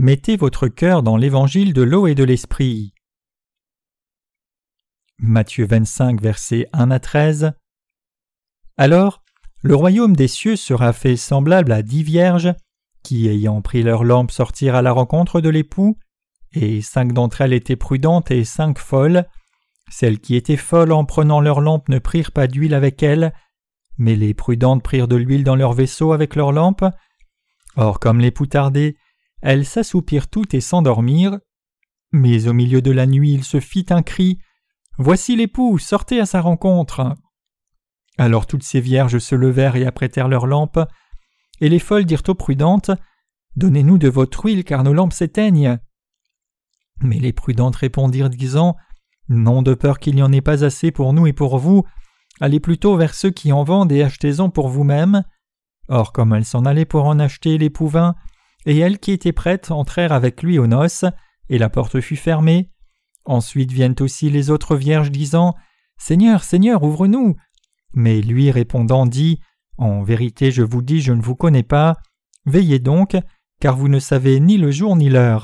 Mettez votre cœur dans l'évangile de l'eau et de l'esprit. Matthieu 25, versets 1 à 13. Alors, le royaume des cieux sera fait semblable à 10 vierges qui, ayant pris leurs lampes, sortirent à la rencontre de l'époux, et 5 d'entre elles étaient prudentes et 5 folles. Celles qui étaient folles en prenant leurs lampes ne prirent pas d'huile avec elles, mais les prudentes prirent de l'huile dans leur vaisseau avec leurs lampes. Or, comme l'époux tardait, elles s'assoupirent toutes et s'endormirent. Mais au milieu de la nuit il se fit un cri « Voici l'époux, sortez à sa rencontre !» Alors toutes ces vierges se levèrent et apprêtèrent leurs lampes, et les folles dirent aux prudentes « Donnez-nous de votre huile, car nos lampes s'éteignent. » Mais les prudentes répondirent disant « Non, de peur qu'il n'y en ait pas assez pour nous et pour vous, allez plutôt vers ceux qui en vendent et achetez-en pour vous-mêmes. » Or, comme elles s'en allaient pour en acheter, l'époux vint, et elles qui étaient prêtes entrèrent avec lui aux noces, et la porte fut fermée. Ensuite viennent aussi les autres vierges disant « Seigneur, Seigneur, ouvre-nous !» Mais lui répondant dit « En vérité, je vous dis, je ne vous connais pas. Veillez donc, car vous ne savez ni le jour ni l'heure. »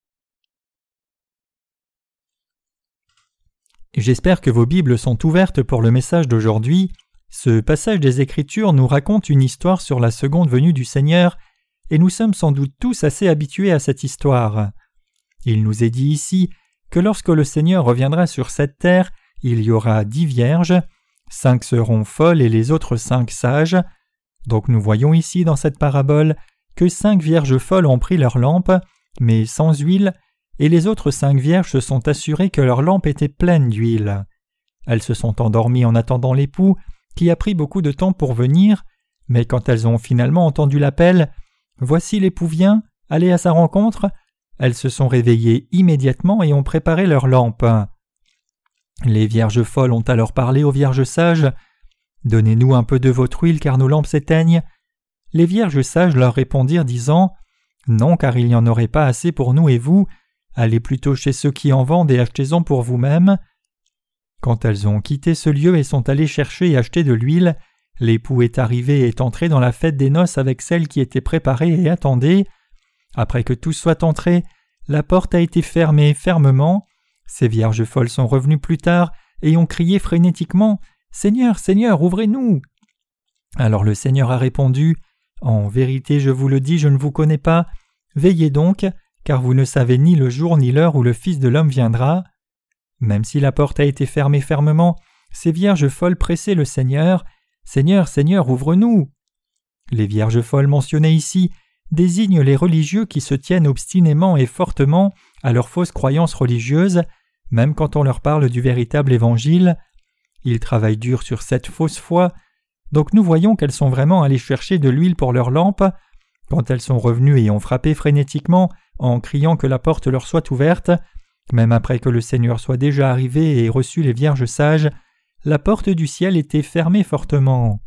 J'espère que vos Bibles sont ouvertes pour le message d'aujourd'hui. Ce passage des Écritures nous raconte une histoire sur la seconde venue du Seigneur, et nous sommes sans doute tous assez habitués à cette histoire. Il nous est dit ici que lorsque le Seigneur reviendra sur cette terre, il y aura 10 vierges, 5 seront folles et les autres 5 sages. Donc nous voyons ici dans cette parabole que 5 vierges folles ont pris leurs lampes, mais sans huile, et les autres 5 vierges se sont assurées que leurs lampes étaient pleines d'huile. Elles se sont endormies en attendant l'époux, qui a pris beaucoup de temps pour venir, mais quand elles ont finalement entendu l'appel « Voici l'époux vient, allez à sa rencontre », elles se sont réveillées immédiatement et ont préparé leurs lampes. Les vierges folles ont alors parlé aux vierges sages « Donnez-nous un peu de votre huile car nos lampes s'éteignent. » Les vierges sages leur répondirent disant « Non, car il n'y en aurait pas assez pour nous et vous. Allez plutôt chez ceux qui en vendent et achetez-en pour vous-mêmes. » Quand elles ont quitté ce lieu et sont allées chercher et acheter de l'huile, l'époux est arrivé et est entré dans la fête des noces avec celles qui étaient préparées et attendaient. Après que tous soient entrés, la porte a été fermée fermement. Ces vierges folles sont revenues plus tard et ont crié frénétiquement « Seigneur, Seigneur, ouvrez-nous !» Alors le Seigneur a répondu « En vérité, je vous le dis, je ne vous connais pas. Veillez donc, car vous ne savez ni le jour ni l'heure où le Fils de l'homme viendra. » Même si la porte a été fermée fermement, ces vierges folles pressaient le Seigneur « Seigneur, Seigneur, ouvre-nous !» Les vierges folles mentionnées ici désignent les religieux qui se tiennent obstinément et fortement à leurs fausses croyances religieuses, même quand on leur parle du véritable évangile. Ils travaillent dur sur cette fausse foi, donc nous voyons qu'elles sont vraiment allées chercher de l'huile pour leurs lampes. Quand elles sont revenues et ont frappé frénétiquement en criant que la porte leur soit ouverte, même après que le Seigneur soit déjà arrivé et reçu les vierges sages, la porte du ciel était fermée fortement.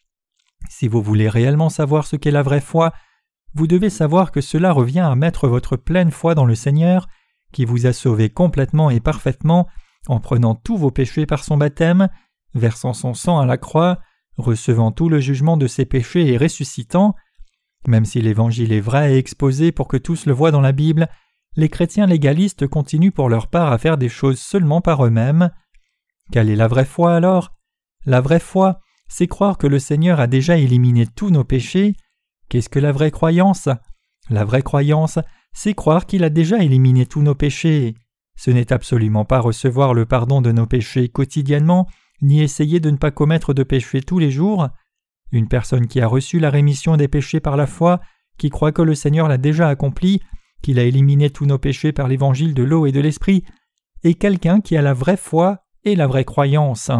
Si vous voulez réellement savoir ce qu'est la vraie foi, vous devez savoir que cela revient à mettre votre pleine foi dans le Seigneur, qui vous a sauvé complètement et parfaitement en prenant tous vos péchés par son baptême, versant son sang à la croix, recevant tout le jugement de ses péchés et ressuscitant. Même si l'Évangile est vrai et exposé pour que tous le voient dans la Bible, les chrétiens légalistes continuent pour leur part à faire des choses seulement par eux-mêmes. Quelle est la vraie foi alors ? La vraie foi, c'est croire que le Seigneur a déjà éliminé tous nos péchés. Qu'est-ce que la vraie croyance ? La vraie croyance, c'est croire qu'il a déjà éliminé tous nos péchés. Ce n'est absolument pas recevoir le pardon de nos péchés quotidiennement, ni essayer de ne pas commettre de péchés tous les jours. Une personne qui a reçu la rémission des péchés par la foi, qui croit que le Seigneur l'a déjà accompli, qu'il a éliminé tous nos péchés par l'évangile de l'eau et de l'esprit, est quelqu'un qui a la vraie foi et la vraie croyance.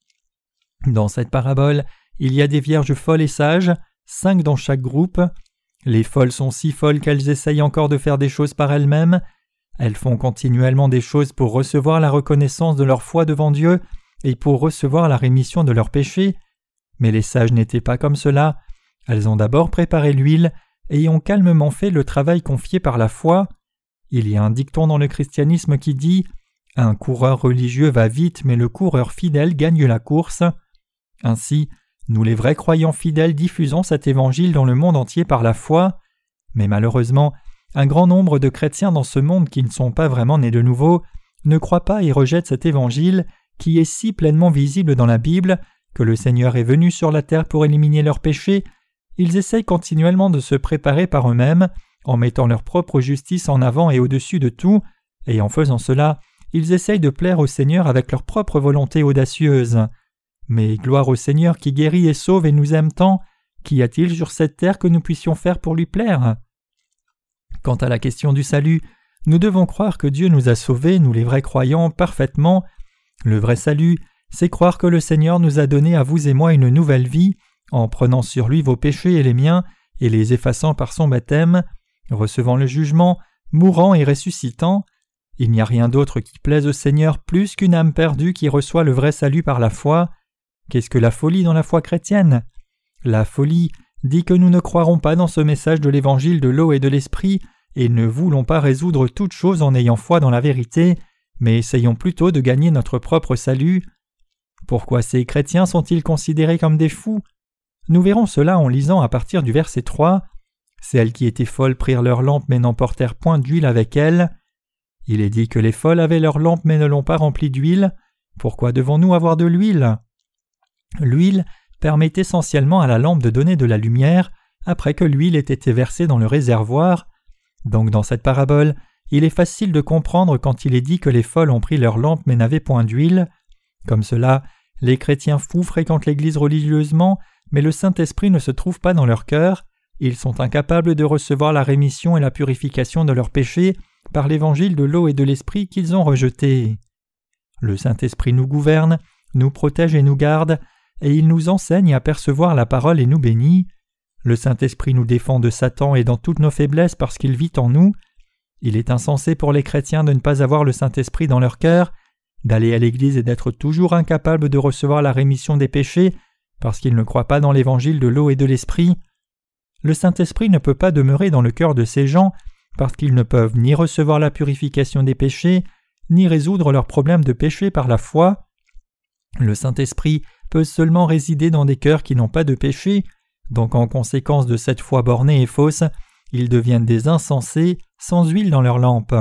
Dans cette parabole, il y a des vierges folles et sages, 5 dans chaque groupe. Les folles sont si folles qu'elles essayent encore de faire des choses par elles-mêmes. Elles font continuellement des choses pour recevoir la reconnaissance de leur foi devant Dieu et pour recevoir la rémission de leurs péchés. Mais les sages n'étaient pas comme cela. Elles ont d'abord préparé l'huile et ont calmement fait le travail confié par la foi. Il y a un dicton dans le christianisme qui dit « Un coureur religieux va vite, mais le coureur fidèle gagne la course ». Ainsi, nous les vrais croyants fidèles diffusons cet évangile dans le monde entier par la foi, mais malheureusement, un grand nombre de chrétiens dans ce monde qui ne sont pas vraiment nés de nouveau ne croient pas et rejettent cet évangile qui est si pleinement visible dans la Bible que le Seigneur est venu sur la terre pour éliminer leurs péchés. Ils essayent continuellement de se préparer par eux-mêmes en mettant leur propre justice en avant et au-dessus de tout, et en faisant cela, ils essayent de plaire au Seigneur avec leur propre volonté audacieuse. Mais gloire au Seigneur qui guérit et sauve et nous aime tant, qu'y a-t-il sur cette terre que nous puissions faire pour lui plaire ? Quant à la question du salut, nous devons croire que Dieu nous a sauvés, nous les vrais croyants, parfaitement. Le vrai salut, c'est croire que le Seigneur nous a donné à vous et moi une nouvelle vie, en prenant sur lui vos péchés et les miens, et les effaçant par son baptême, recevant le jugement, mourant et ressuscitant. Il n'y a rien d'autre qui plaise au Seigneur plus qu'une âme perdue qui reçoit le vrai salut par la foi. Qu'est-ce que la folie dans la foi chrétienne ? La folie dit que nous ne croirons pas dans ce message de l'évangile de l'eau et de l'esprit et ne voulons pas résoudre toute chose en ayant foi dans la vérité, mais essayons plutôt de gagner notre propre salut. Pourquoi ces chrétiens sont-ils considérés comme des fous ? Nous verrons cela en lisant à partir du verset 3. Celles qui étaient folles prirent leurs lampes mais n'emportèrent point d'huile avec elles. Il est dit que les folles avaient leurs lampes mais ne l'ont pas remplie d'huile. Pourquoi devons-nous avoir de l'huile ? L'huile permet essentiellement à la lampe de donner de la lumière après que l'huile ait été versée dans le réservoir. Donc dans cette parabole, il est facile de comprendre quand il est dit que les folles ont pris leurs lampes mais n'avaient point d'huile. Comme cela, les chrétiens fous fréquentent l'Église religieusement, mais le Saint-Esprit ne se trouve pas dans leur cœur. Ils sont incapables de recevoir la rémission et la purification de leurs péchés par l'évangile de l'eau et de l'esprit qu'ils ont rejeté. Le Saint-Esprit nous gouverne, nous protège et nous garde, et il nous enseigne à percevoir la parole et nous bénit. Le Saint-Esprit nous défend de Satan et dans toutes nos faiblesses parce qu'il vit en nous. Il est insensé pour les chrétiens de ne pas avoir le Saint-Esprit dans leur cœur, d'aller à l'Église et d'être toujours incapables de recevoir la rémission des péchés parce qu'ils ne croient pas dans l'évangile de l'eau et de l'esprit. Le Saint-Esprit ne peut pas demeurer dans le cœur de ces gens parce qu'ils ne peuvent ni recevoir la purification des péchés, ni résoudre leurs problèmes de péché par la foi. Le Saint-Esprit peut seulement résider dans des cœurs qui n'ont pas de péché, donc en conséquence de cette foi bornée et fausse, ils deviennent des insensés, sans huile dans leur lampe.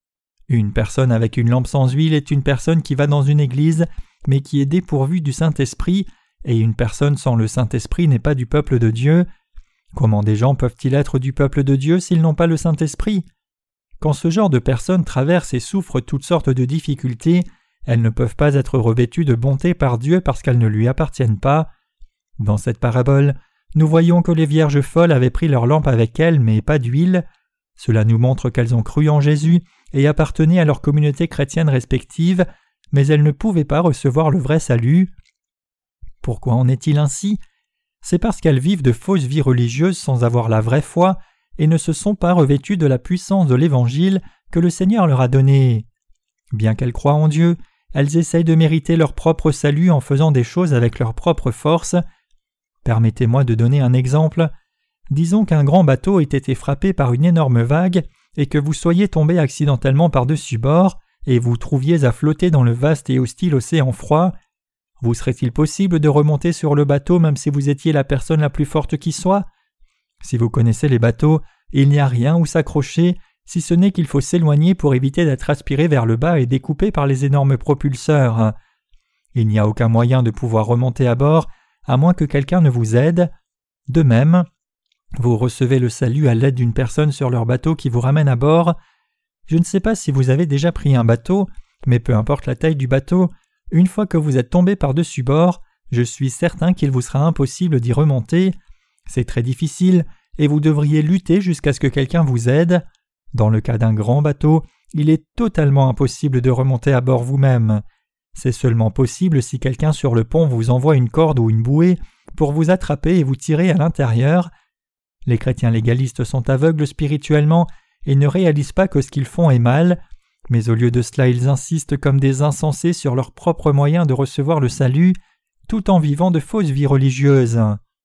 Une personne avec une lampe sans huile est une personne qui va dans une église, mais qui est dépourvue du Saint-Esprit, et une personne sans le Saint-Esprit n'est pas du peuple de Dieu. Comment des gens peuvent-ils être du peuple de Dieu s'ils n'ont pas le Saint-Esprit ? Quand ce genre de personnes traversent et souffrent toutes sortes de difficultés, elles ne peuvent pas être revêtues de bonté par Dieu parce qu'elles ne lui appartiennent pas. Dans cette parabole, nous voyons que les vierges folles avaient pris leur lampe avec elles, mais pas d'huile. Cela nous montre qu'elles ont cru en Jésus et appartenaient à leur communauté chrétienne respective, mais elles ne pouvaient pas recevoir le vrai salut. Pourquoi en est-il ainsi ? C'est parce qu'elles vivent de fausses vies religieuses sans avoir la vraie foi et ne se sont pas revêtues de la puissance de l'Évangile que le Seigneur leur a donné. Bien qu'elles croient en Dieu, elles essayent de mériter leur propre salut en faisant des choses avec leur propre force. Permettez-moi de donner un exemple. Disons qu'un grand bateau ait été frappé par une énorme vague et que vous soyez tombé accidentellement par-dessus bord et vous trouviez à flotter dans le vaste et hostile océan froid. Vous serait-il possible de remonter sur le bateau même si vous étiez la personne la plus forte qui soit ? Si vous connaissez les bateaux, il n'y a rien où s'accrocher, si ce n'est qu'il faut s'éloigner pour éviter d'être aspiré vers le bas et découpé par les énormes propulseurs. Il n'y a aucun moyen de pouvoir remonter à bord, à moins que quelqu'un ne vous aide. De même, vous recevez le salut à l'aide d'une personne sur leur bateau qui vous ramène à bord. Je ne sais pas si vous avez déjà pris un bateau, mais peu importe la taille du bateau, une fois que vous êtes tombé par-dessus bord, je suis certain qu'il vous sera impossible d'y remonter. C'est très difficile, et vous devriez lutter jusqu'à ce que quelqu'un vous aide. Dans le cas d'un grand bateau, il est totalement impossible de remonter à bord vous-même. C'est seulement possible si quelqu'un sur le pont vous envoie une corde ou une bouée pour vous attraper et vous tirer à l'intérieur. Les chrétiens légalistes sont aveugles spirituellement et ne réalisent pas que ce qu'ils font est mal, mais au lieu de cela ils insistent comme des insensés sur leurs propres moyens de recevoir le salut, tout en vivant de fausses vies religieuses.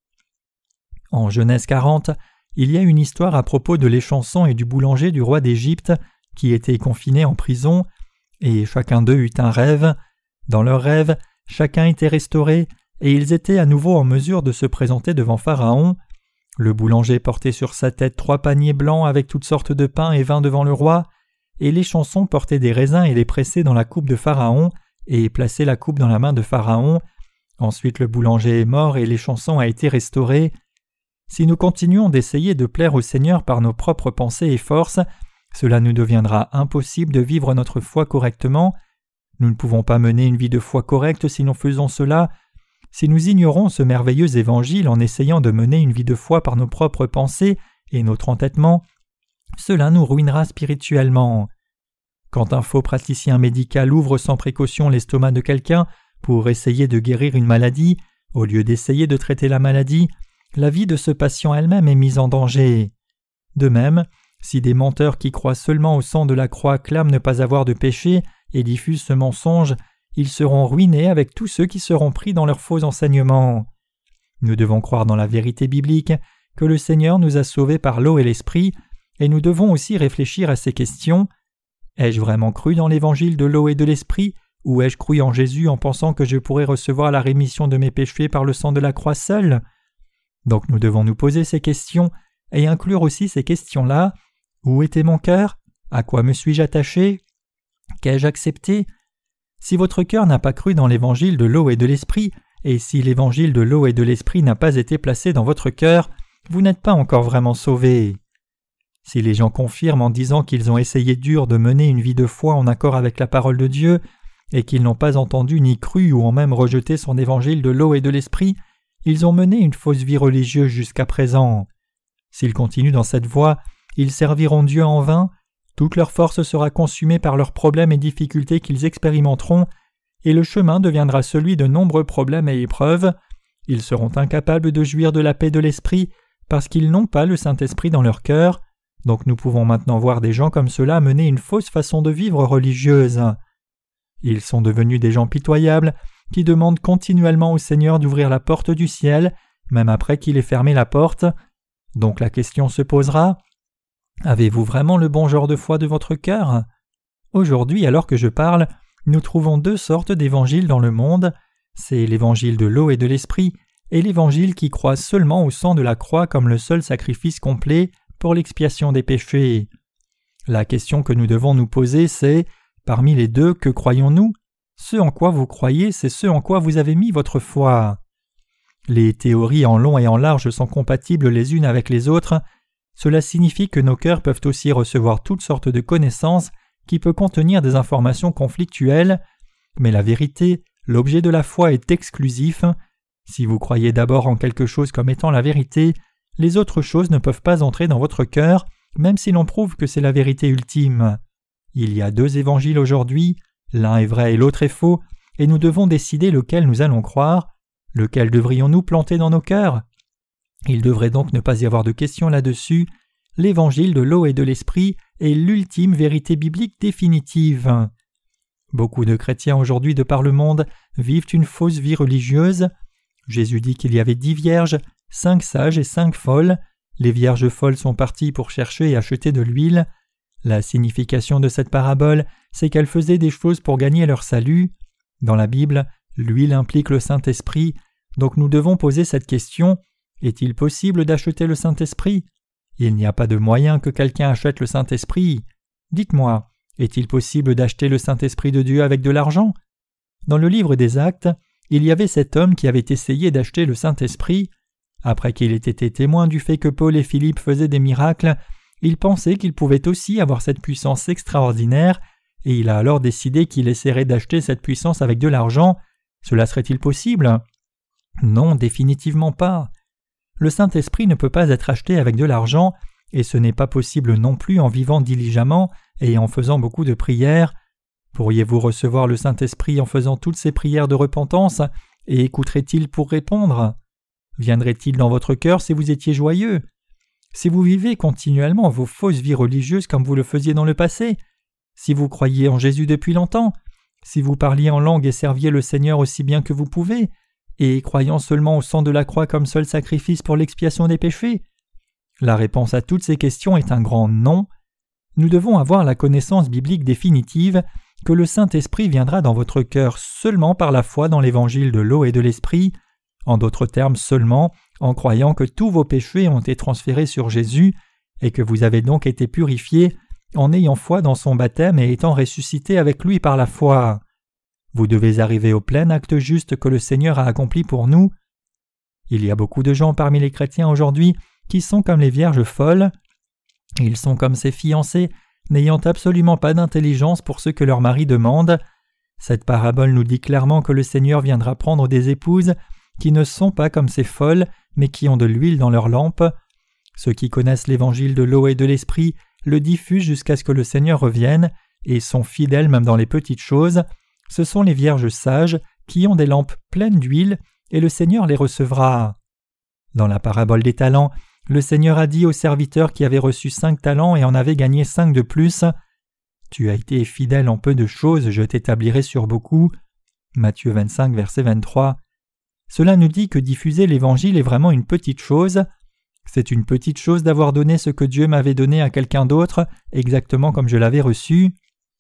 En Genèse 40, il y a une histoire à propos de l'échanson et du boulanger du roi d'Égypte qui étaient confinés en prison, et chacun d'eux eut un rêve. Dans leur rêve, chacun était restauré, et ils étaient à nouveau en mesure de se présenter devant Pharaon. Le boulanger portait sur sa tête 3 paniers blancs avec toutes sortes de pain et vin devant le roi, et les chansons portaient des raisins et les pressaient dans la coupe de Pharaon, et plaçaient la coupe dans la main de Pharaon. Ensuite le boulanger est mort et les chansons a été restaurées. Si nous continuons d'essayer de plaire au Seigneur par nos propres pensées et forces, cela nous deviendra impossible de vivre notre foi correctement. Nous ne pouvons pas mener une vie de foi correcte si nous faisons cela. Si nous ignorons ce merveilleux évangile en essayant de mener une vie de foi par nos propres pensées et notre entêtement, cela nous ruinera spirituellement. Quand un faux praticien médical ouvre sans précaution l'estomac de quelqu'un pour essayer de guérir une maladie, au lieu d'essayer de traiter la maladie, la vie de ce patient elle-même est mise en danger. De même, si des menteurs qui croient seulement au sang de la croix clament ne pas avoir de péché et diffusent ce mensonge, ils seront ruinés avec tous ceux qui seront pris dans leurs faux enseignements. Nous devons croire dans la vérité biblique que le Seigneur nous a sauvés par l'eau et l'esprit, et nous devons aussi réfléchir à ces questions. Ai-je vraiment cru dans l'évangile de l'eau et de l'esprit, ou ai-je cru en Jésus en pensant que je pourrais recevoir la rémission de mes péchés par le sang de la croix seul? Donc nous devons nous poser ces questions et inclure aussi ces questions-là. Où était mon cœur? À quoi me suis-je attaché? Qu'ai-je accepté? Si votre cœur n'a pas cru dans l'évangile de l'eau et de l'esprit, et si l'évangile de l'eau et de l'esprit n'a pas été placé dans votre cœur, vous n'êtes pas encore vraiment sauvé. Si les gens confirment en disant qu'ils ont essayé dur de mener une vie de foi en accord avec la parole de Dieu, et qu'ils n'ont pas entendu ni cru ou ont même rejeté son évangile de l'eau et de l'esprit, ils ont mené une fausse vie religieuse jusqu'à présent. S'ils continuent dans cette voie, ils serviront Dieu en vain, toute leur force sera consumée par leurs problèmes et difficultés qu'ils expérimenteront, et le chemin deviendra celui de nombreux problèmes et épreuves. Ils seront incapables de jouir de la paix de l'esprit parce qu'ils n'ont pas le Saint-Esprit dans leur cœur. Donc nous pouvons maintenant voir des gens comme cela mener une fausse façon de vivre religieuse. Ils sont devenus des gens pitoyables qui demandent continuellement au Seigneur d'ouvrir la porte du ciel, même après qu'il ait fermé la porte. Donc la question se posera: avez-vous vraiment le bon genre de foi de votre cœur? Aujourd'hui, alors que je parle, nous trouvons 2 sortes d'évangiles dans le monde. C'est l'évangile de l'eau et de l'esprit, et l'évangile qui croit seulement au sang de la croix comme le seul sacrifice complet pour l'expiation des péchés. La question que nous devons nous poser, c'est: parmi les 2, que croyons-nous? Ce en quoi vous croyez, c'est ce en quoi vous avez mis votre foi. Les théories en long et en large sont compatibles les unes avec les autres. Cela signifie que nos cœurs peuvent aussi recevoir toutes sortes de connaissances qui peuvent contenir des informations conflictuelles, mais la vérité, l'objet de la foi est exclusif. Si vous croyez d'abord en quelque chose comme étant la vérité, les autres choses ne peuvent pas entrer dans votre cœur, même si l'on prouve que c'est la vérité ultime. Il y a 2 évangiles aujourd'hui, l'un est vrai et l'autre est faux, et nous devons décider lequel nous allons croire. Lequel devrions-nous planter dans nos cœurs? Il devrait donc ne pas y avoir de question là-dessus. L'évangile de l'eau et de l'esprit est l'ultime vérité biblique définitive. Beaucoup de chrétiens aujourd'hui de par le monde vivent une fausse vie religieuse. Jésus dit qu'il y avait 10 vierges, 5 sages et 5 folles. Les vierges folles sont parties pour chercher et acheter de l'huile. La signification de cette parabole, c'est qu'elles faisaient des choses pour gagner leur salut. Dans la Bible, l'huile implique le Saint-Esprit, donc nous devons poser cette question: est-il possible d'acheter le Saint-Esprit? Il n'y a pas de moyen que quelqu'un achète le Saint-Esprit. Dites-moi, est-il possible d'acheter le Saint-Esprit de Dieu avec de l'argent? Dans le livre des Actes, il y avait cet homme qui avait essayé d'acheter le Saint-Esprit. Après qu'il ait été témoin du fait que Paul et Philippe faisaient des miracles, il pensait qu'il pouvait aussi avoir cette puissance extraordinaire, et il a alors décidé qu'il essaierait d'acheter cette puissance avec de l'argent. Cela serait-il possible? Non, définitivement pas. Le Saint-Esprit ne peut pas être acheté avec de l'argent, et ce n'est pas possible non plus en vivant diligemment et en faisant beaucoup de prières. Pourriez-vous recevoir le Saint-Esprit en faisant toutes ces prières de repentance, et écouterait-il pour répondre? Viendrait-il dans votre cœur si vous étiez joyeux? Si vous vivez continuellement vos fausses vies religieuses comme vous le faisiez dans le passé, si vous croyez en Jésus depuis longtemps, si vous parliez en langue et serviez le Seigneur aussi bien que vous pouvez, et croyant seulement au sang de la croix comme seul sacrifice pour l'expiation des péchés? La réponse à toutes ces questions est un grand non. Nous devons avoir la connaissance biblique définitive que le Saint-Esprit viendra dans votre cœur seulement par la foi dans l'évangile de l'eau et de l'esprit, en d'autres termes seulement en croyant que tous vos péchés ont été transférés sur Jésus et que vous avez donc été purifiés en ayant foi dans son baptême et étant ressuscités avec lui par la foi. Vous devez arriver au plein acte juste que le Seigneur a accompli pour nous. Il y a beaucoup de gens parmi les chrétiens aujourd'hui qui sont comme les vierges folles. Ils sont comme ces fiancés, n'ayant absolument pas d'intelligence pour ce que leur mari demande. Cette parabole nous dit clairement que le Seigneur viendra prendre des épouses qui ne sont pas comme ces folles, mais qui ont de l'huile dans leurs lampes. Ceux qui connaissent l'évangile de l'eau et de l'esprit le diffusent jusqu'à ce que le Seigneur revienne et sont fidèles même dans les petites choses. Ce sont les vierges sages qui ont des lampes pleines d'huile et le Seigneur les recevra. Dans la parabole des talents, le Seigneur a dit au serviteur qui avait reçu 5 talents et en avait gagné 5 de plus, « Tu as été fidèle en peu de choses, je t'établirai sur beaucoup. » Matthieu 25, verset 23. Cela nous dit que diffuser l'Évangile est vraiment une petite chose. C'est une petite chose d'avoir donné ce que Dieu m'avait donné à quelqu'un d'autre, exactement comme je l'avais reçu.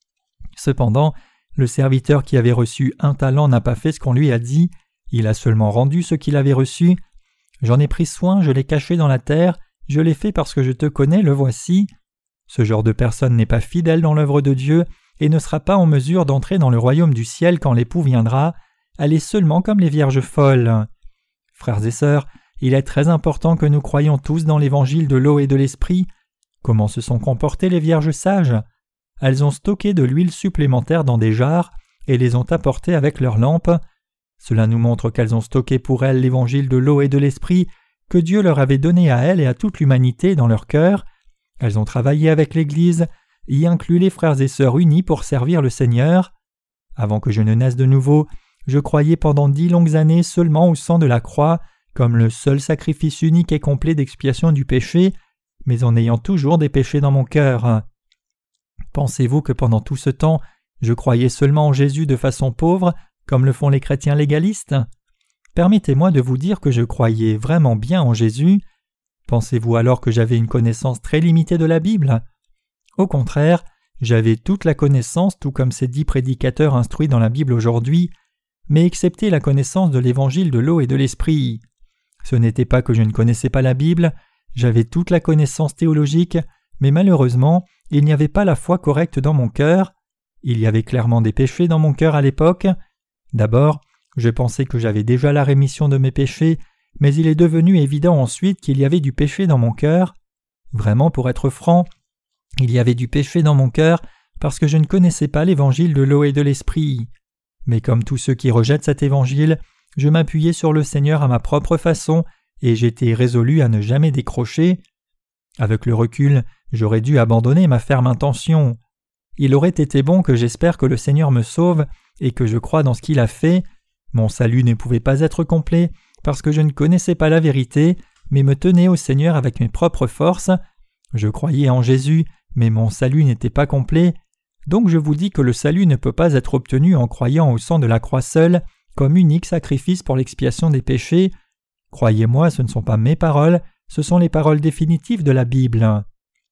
Cependant, le serviteur qui avait reçu 1 talent n'a pas fait ce qu'on lui a dit, il a seulement rendu ce qu'il avait reçu. J'en ai pris soin, je l'ai caché dans la terre, je l'ai fait parce que je te connais, le voici. Ce genre de personne n'est pas fidèle dans l'œuvre de Dieu et ne sera pas en mesure d'entrer dans le royaume du ciel quand l'époux viendra. Elle est seulement comme les vierges folles. Frères et sœurs, il est très important que nous croyions tous dans l'évangile de l'eau et de l'esprit. Comment se sont comportées les vierges sages ? Elles ont stocké de l'huile supplémentaire dans des jarres et les ont apportées avec leurs lampes. Cela nous montre qu'elles ont stocké pour elles l'évangile de l'eau et de l'esprit que Dieu leur avait donné à elles et à toute l'humanité dans leur cœur. Elles ont travaillé avec l'Église, y inclus les frères et sœurs unis pour servir le Seigneur. Avant que je ne naisse de nouveau, je croyais pendant 10 longues années seulement au sang de la croix comme le seul sacrifice unique et complet d'expiation du péché, mais en ayant toujours des péchés dans mon cœur. Pensez-vous que pendant tout ce temps, je croyais seulement en Jésus de façon pauvre, comme le font les chrétiens légalistes ? Permettez-moi de vous dire que je croyais vraiment bien en Jésus. Pensez-vous alors que j'avais une connaissance très limitée de la Bible ? Au contraire, j'avais toute la connaissance, tout comme ces 10 prédicateurs instruits dans la Bible aujourd'hui, mais excepté la connaissance de l'évangile de l'eau et de l'esprit. Ce n'était pas que je ne connaissais pas la Bible, j'avais toute la connaissance théologique, mais malheureusement, il n'y avait pas la foi correcte dans mon cœur. Il y avait clairement des péchés dans mon cœur à l'époque. D'abord, je pensais que j'avais déjà la rémission de mes péchés, mais il est devenu évident ensuite qu'il y avait du péché dans mon cœur. Vraiment, pour être franc, il y avait du péché dans mon cœur parce que je ne connaissais pas l'évangile de l'eau et de l'esprit. Mais comme tous ceux qui rejettent cet évangile, je m'appuyais sur le Seigneur à ma propre façon et j'étais résolu à ne jamais décrocher. Avec le recul, j'aurais dû abandonner ma ferme intention. Il aurait été bon que j'espère que le Seigneur me sauve et que je croie dans ce qu'il a fait. Mon salut ne pouvait pas être complet parce que je ne connaissais pas la vérité, mais me tenais au Seigneur avec mes propres forces. Je croyais en Jésus, mais mon salut n'était pas complet. Donc je vous dis que le salut ne peut pas être obtenu en croyant au sang de la croix seul, comme unique sacrifice pour l'expiation des péchés. Croyez-moi, ce ne sont pas mes paroles, ce sont les paroles définitives de la Bible.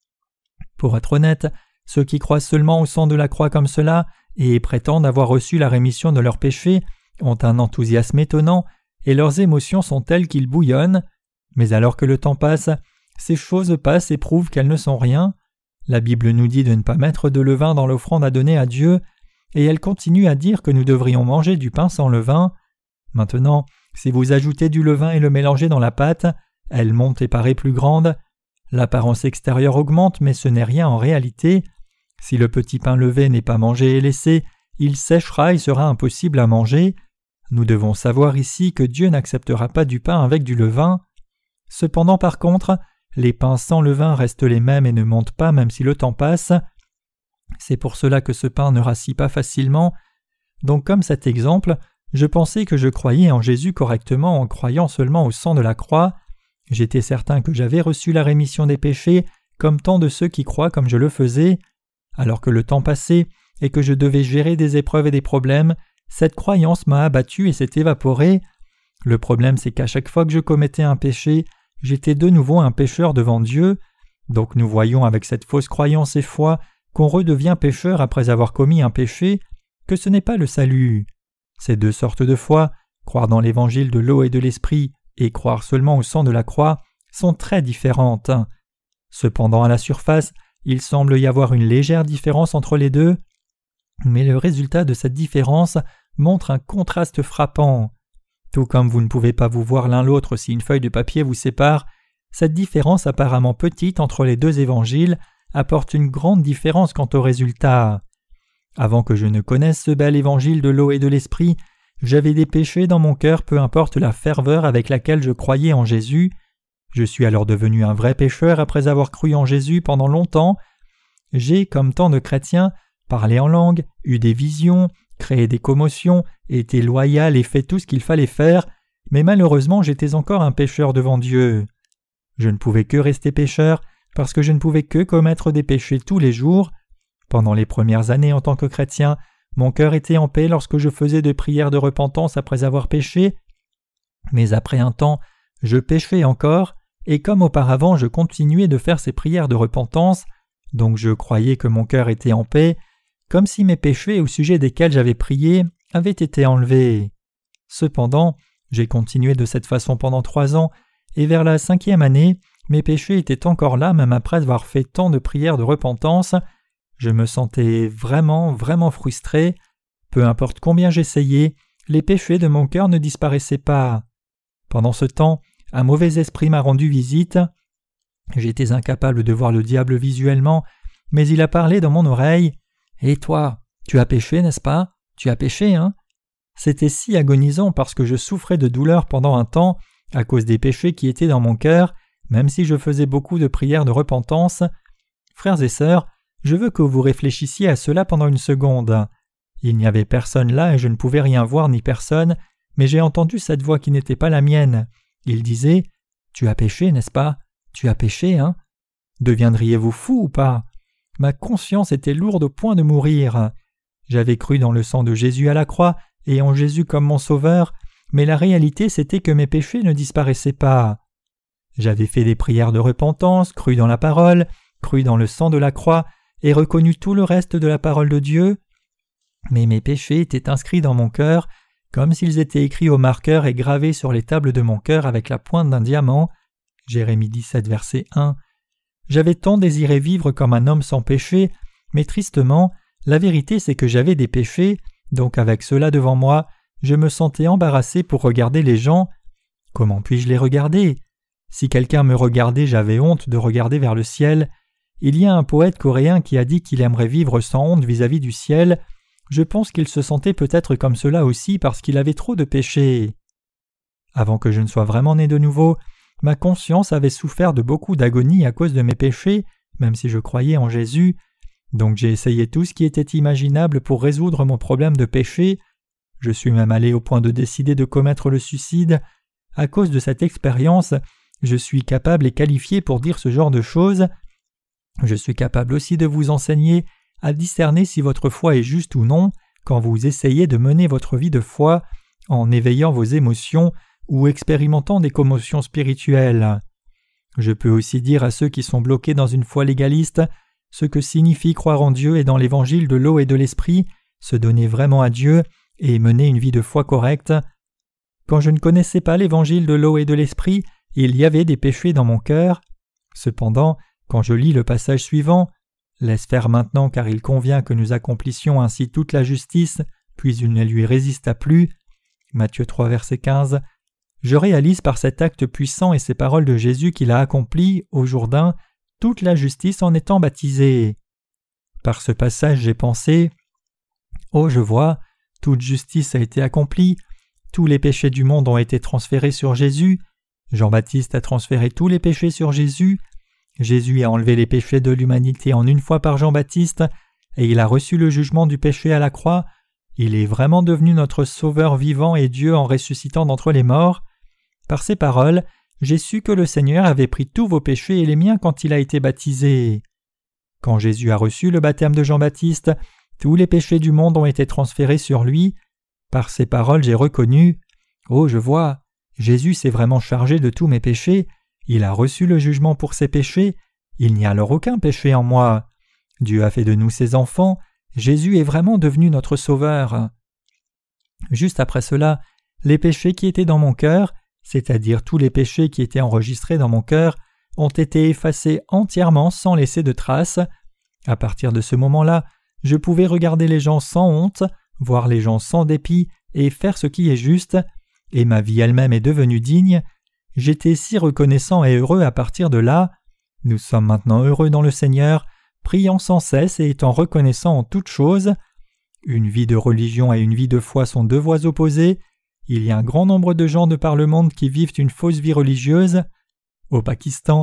Pour être honnête, ceux qui croient seulement au sang de la croix comme cela et prétendent avoir reçu la rémission de leurs péchés ont un enthousiasme étonnant et leurs émotions sont telles qu'ils bouillonnent. Mais alors que le temps passe, ces choses passent et prouvent qu'elles ne sont rien. La Bible nous dit de ne pas mettre de levain dans l'offrande à donner à Dieu, et elle continue à dire que nous devrions manger du pain sans levain. Maintenant, si vous ajoutez du levain et le mélangez dans la pâte, elle monte et paraît plus grande. L'apparence extérieure augmente, mais ce n'est rien en réalité. Si le petit pain levé n'est pas mangé et laissé, il séchera et sera impossible à manger. Nous devons savoir ici que Dieu n'acceptera pas du pain avec du levain. Cependant, par contre, les pains sans levain restent les mêmes et ne montent pas même si le temps passe. C'est pour cela que ce pain ne rassit pas facilement. Donc comme cet exemple, je pensais que je croyais en Jésus correctement en croyant seulement au sang de la croix. J'étais certain que j'avais reçu la rémission des péchés comme tant de ceux qui croient comme je le faisais. Alors que le temps passait et que je devais gérer des épreuves et des problèmes, cette croyance m'a abattu et s'est évaporée. Le problème c'est qu'à chaque fois que je commettais un péché, j'étais de nouveau un pécheur devant Dieu. Donc nous voyons avec cette fausse croyance et foi qu'on redevient pécheur après avoir commis un péché, que ce n'est pas le salut. Ces deux sortes de foi, croire dans l'évangile de l'eau et de l'esprit et croire seulement au sang de la croix sont très différentes. Cependant, à la surface, il semble y avoir une légère différence entre les deux, mais le résultat de cette différence montre un contraste frappant. Tout comme vous ne pouvez pas vous voir l'un l'autre si une feuille de papier vous sépare, cette différence apparemment petite entre les deux évangiles apporte une grande différence quant au résultat. Avant que je ne connaisse ce bel évangile de l'eau et de l'esprit, j'avais des péchés dans mon cœur, peu importe la ferveur avec laquelle je croyais en Jésus. Je suis alors devenu un vrai pécheur après avoir cru en Jésus pendant longtemps. J'ai, comme tant de chrétiens, parlé en langue, eu des visions, créé des commotions, été loyal et fait tout ce qu'il fallait faire, mais malheureusement j'étais encore un pécheur devant Dieu. Je ne pouvais que rester pécheur parce que je ne pouvais que commettre des péchés tous les jours. Pendant les premières années en tant que chrétien, mon cœur était en paix lorsque je faisais des prières de repentance après avoir péché, mais après un temps, je péchais encore, et comme auparavant je continuais de faire ces prières de repentance, donc je croyais que mon cœur était en paix, comme si mes péchés au sujet desquels j'avais prié avaient été enlevés. Cependant, j'ai continué de cette façon pendant 3 ans, et vers la 5e année, mes péchés étaient encore là même après avoir fait tant de prières de repentance. Je me sentais vraiment frustré. Peu importe combien j'essayais, les péchés de mon cœur ne disparaissaient pas. Pendant ce temps, un mauvais esprit m'a rendu visite. J'étais incapable de voir le diable visuellement, mais il a parlé dans mon oreille. « Et toi, tu as péché, n'est-ce pas? Tu as péché, hein ?» C'était si agonisant parce que je souffrais de douleur pendant un temps à cause des péchés qui étaient dans mon cœur, même si je faisais beaucoup de prières de repentance. Frères et sœurs, je veux que vous réfléchissiez à cela pendant une seconde. Il n'y avait personne là et je ne pouvais rien voir ni personne, mais j'ai entendu cette voix qui n'était pas la mienne. Il disait « Tu as péché, n'est-ce pas? Tu as péché, hein? Deviendriez-vous fou ou pas? » Ma conscience était lourde au point de mourir. J'avais cru dans le sang de Jésus à la croix et en Jésus comme mon sauveur, mais la réalité c'était que mes péchés ne disparaissaient pas. J'avais fait des prières de repentance, cru dans la parole, cru dans le sang de la croix et reconnu tout le reste de la parole de Dieu, mais mes péchés étaient inscrits dans mon cœur comme s'ils étaient écrits au marqueur et gravés sur les tables de mon cœur avec la pointe d'un diamant. Jérémie 17, verset 1. J'avais tant désiré vivre comme un homme sans péché, mais tristement, la vérité c'est que j'avais des péchés, donc avec cela devant moi, je me sentais embarrassé pour regarder les gens. Comment puis-je les regarder? Si quelqu'un me regardait, j'avais honte de regarder vers le ciel. Il y a un poète coréen qui a dit qu'il aimerait vivre sans honte vis-à-vis du ciel. Je pense qu'il se sentait peut-être comme cela aussi parce qu'il avait trop de péchés. Avant que je ne sois vraiment né de nouveau, ma conscience avait souffert de beaucoup d'agonie à cause de mes péchés, même si je croyais en Jésus. Donc j'ai essayé tout ce qui était imaginable pour résoudre mon problème de péché. Je suis même allé au point de décider de commettre le suicide. À cause de cette expérience, je suis capable et qualifié pour dire ce genre de choses. Je suis capable aussi de vous enseigner à discerner si votre foi est juste ou non quand vous essayez de mener votre vie de foi en éveillant vos émotions ou expérimentant des commotions spirituelles. Je peux aussi dire à ceux qui sont bloqués dans une foi légaliste ce que signifie croire en Dieu et dans l'évangile de l'eau et de l'esprit, se donner vraiment à Dieu et mener une vie de foi correcte. Quand je ne connaissais pas l'évangile de l'eau et de l'esprit, il y avait des péchés dans mon cœur. Cependant, quand je lis le passage suivant, « Laisse faire maintenant car il convient que nous accomplissions ainsi toute la justice, puis il ne lui résista plus. » Matthieu 3, verset 15. Je réalise par cet acte puissant et ces paroles de Jésus qu'il a accomplies au Jourdain toute la justice en étant baptisé. Par ce passage, j'ai pensé « Oh, je vois, toute justice a été accomplie, tous les péchés du monde ont été transférés sur Jésus, Jean-Baptiste a transféré tous les péchés sur Jésus, Jésus a enlevé les péchés de l'humanité en une fois par Jean-Baptiste, et il a reçu le jugement du péché à la croix, il est vraiment devenu notre Sauveur vivant et Dieu en ressuscitant d'entre les morts. Par ces paroles, j'ai su que le Seigneur avait pris tous vos péchés et les miens quand il a été baptisé. Quand Jésus a reçu le baptême de Jean-Baptiste, tous les péchés du monde ont été transférés sur lui. Par ces paroles, j'ai reconnu « Oh, je vois, Jésus s'est vraiment chargé de tous mes péchés, il a reçu le jugement pour ses péchés, il n'y a alors aucun péché en moi. Dieu a fait de nous ses enfants, Jésus est vraiment devenu notre Sauveur. » Juste après cela, les péchés qui étaient dans mon cœur, c'est-à-dire tous les péchés qui étaient enregistrés dans mon cœur, ont été effacés entièrement sans laisser de traces. À partir de ce moment-là, je pouvais regarder les gens sans honte, voir les gens sans dépit et faire ce qui est juste, et ma vie elle-même est devenue digne. J'étais si reconnaissant et heureux à partir de là. Nous sommes maintenant heureux dans le Seigneur, priant sans cesse et étant reconnaissants en toutes choses. Une vie de religion et une vie de foi sont deux voies opposées. Il y a un grand nombre de gens de par le monde qui vivent une fausse vie religieuse. Au Pakistan,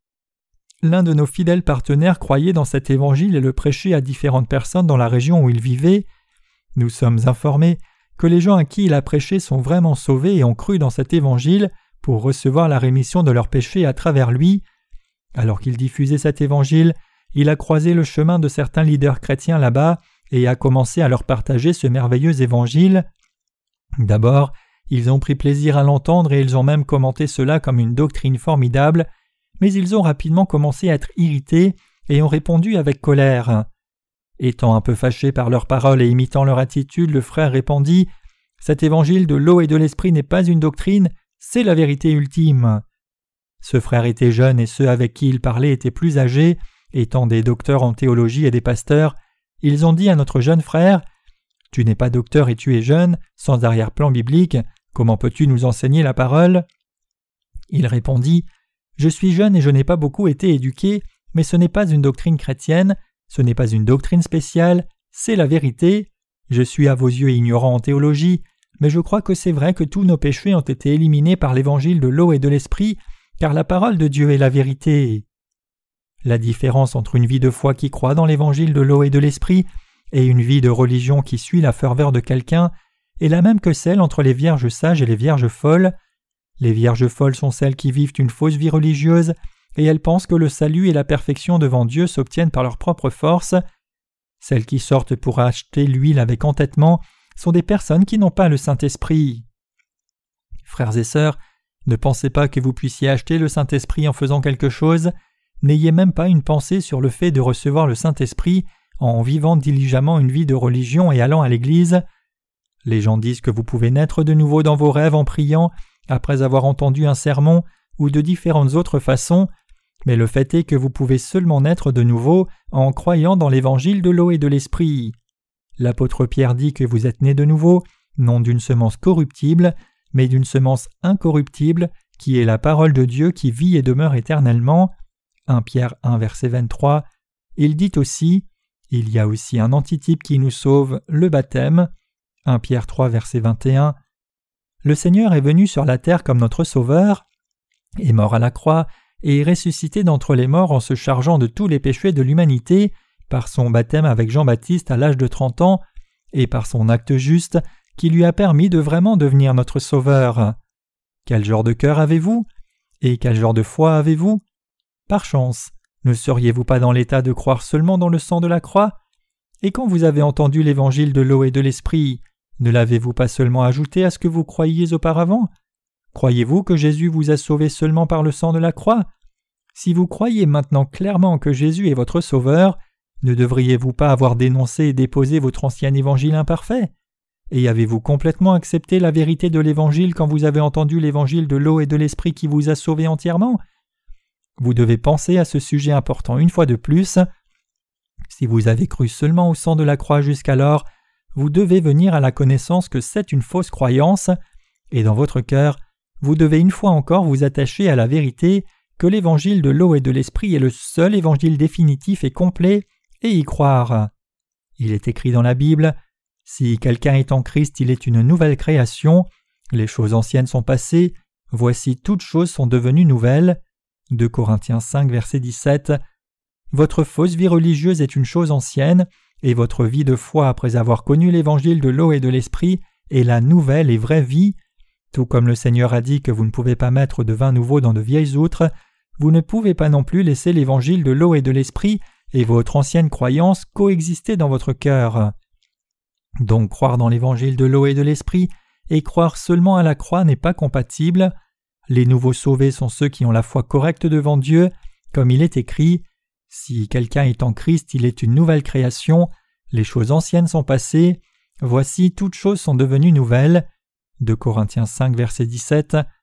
l'un de nos fidèles partenaires croyait dans cet évangile et le prêchait à différentes personnes dans la région où il vivait. Nous sommes informés que les gens à qui il a prêché sont vraiment sauvés et ont cru dans cet évangile pour recevoir la rémission de leurs péchés à travers lui. Alors qu'il diffusait cet évangile, il a croisé le chemin de certains leaders chrétiens là-bas et a commencé à leur partager ce merveilleux évangile. D'abord, ils ont pris plaisir à l'entendre et ils ont même commenté cela comme une doctrine formidable, mais ils ont rapidement commencé à être irrités et ont répondu avec colère. Étant un peu fâché par leurs paroles et imitant leur attitude, le frère répondit « Cet évangile de l'eau et de l'esprit n'est pas une doctrine, c'est la vérité ultime. » Ce frère était jeune et ceux avec qui il parlait étaient plus âgés, étant des docteurs en théologie et des pasteurs. Ils ont dit à notre jeune frère « Tu n'es pas docteur et tu es jeune, sans arrière-plan biblique, comment peux-tu nous enseigner la parole ?» Il répondit « Je suis jeune et je n'ai pas beaucoup été éduqué, mais ce n'est pas une doctrine chrétienne, ce n'est pas une doctrine spéciale, c'est la vérité. Je suis à vos yeux ignorant en théologie, mais je crois que c'est vrai que tous nos péchés ont été éliminés par l'évangile de l'eau et de l'esprit, car la parole de Dieu est la vérité. » La différence entre une vie de foi qui croit dans l'évangile de l'eau et de l'esprit et une vie de religion qui suit la ferveur de quelqu'un est la même que celle entre les vierges sages et les vierges folles. Les vierges folles sont celles qui vivent une fausse vie religieuse et elles pensent que le salut et la perfection devant Dieu s'obtiennent par leur propre force. Celles qui sortent pour acheter l'huile avec entêtement sont des personnes qui n'ont pas le Saint-Esprit. Frères et sœurs, ne pensez pas que vous puissiez acheter le Saint-Esprit en faisant quelque chose. N'ayez même pas une pensée sur le fait de recevoir le Saint-Esprit en vivant diligemment une vie de religion et allant à l'église. Les gens disent que vous pouvez naître de nouveau dans vos rêves en priant, après avoir entendu un sermon ou de différentes autres façons, mais le fait est que vous pouvez seulement naître de nouveau en croyant dans l'évangile de l'eau et de l'esprit. L'apôtre Pierre dit que vous êtes nés de nouveau, non d'une semence corruptible, mais d'une semence incorruptible, qui est la parole de Dieu qui vit et demeure éternellement. 1 Pierre 1, verset 23. Il dit aussi « Il y a aussi un antitype qui nous sauve, le baptême » 1 Pierre 3, verset 21. Le Seigneur est venu sur la terre comme notre Sauveur, est mort à la croix et est ressuscité d'entre les morts en se chargeant de tous les péchés de l'humanité par son baptême avec Jean-Baptiste à l'âge de 30 ans et par son acte juste qui lui a permis de vraiment devenir notre Sauveur. Quel genre de cœur avez-vous? Et quel genre de foi avez-vous? Par chance, ne seriez-vous pas dans l'état de croire seulement dans le sang de la croix? Et quand vous avez entendu l'évangile de l'eau et de l'esprit, ne l'avez-vous pas seulement ajouté à ce que vous croyiez auparavant? Croyez-vous que Jésus vous a sauvé seulement par le sang de la croix? Si vous croyez maintenant clairement que Jésus est votre Sauveur, ne devriez-vous pas avoir dénoncé et déposé votre ancien évangile imparfait? Et avez-vous complètement accepté la vérité de l'évangile quand vous avez entendu l'évangile de l'eau et de l'esprit qui vous a sauvé entièrement? Vous devez penser à ce sujet important une fois de plus. Si vous avez cru seulement au sang de la croix jusqu'alors, vous devez venir à la connaissance que c'est une fausse croyance, et dans votre cœur, vous devez une fois encore vous attacher à la vérité que l'évangile de l'eau et de l'esprit est le seul évangile définitif et complet, et y croire. Il est écrit dans la Bible « Si quelqu'un est en Christ, il est une nouvelle création, les choses anciennes sont passées, voici toutes choses sont devenues nouvelles. » 2 Corinthiens 5, verset 17. Votre fausse vie religieuse est une chose ancienne, et votre vie de foi après avoir connu l'évangile de l'eau et de l'esprit est la nouvelle et vraie vie. Tout comme le Seigneur a dit que vous ne pouvez pas mettre de vin nouveau dans de vieilles outres, vous ne pouvez pas non plus laisser l'évangile de l'eau et de l'esprit et votre ancienne croyance coexister dans votre cœur. Donc croire dans l'évangile de l'eau et de l'esprit et croire seulement à la croix n'est pas compatible. Les nouveaux sauvés sont ceux qui ont la foi correcte devant Dieu, comme il est écrit « Si quelqu'un est en Christ, il est une nouvelle création, les choses anciennes sont passées, voici toutes choses sont devenues nouvelles. » 2 Corinthiens 5, verset 17.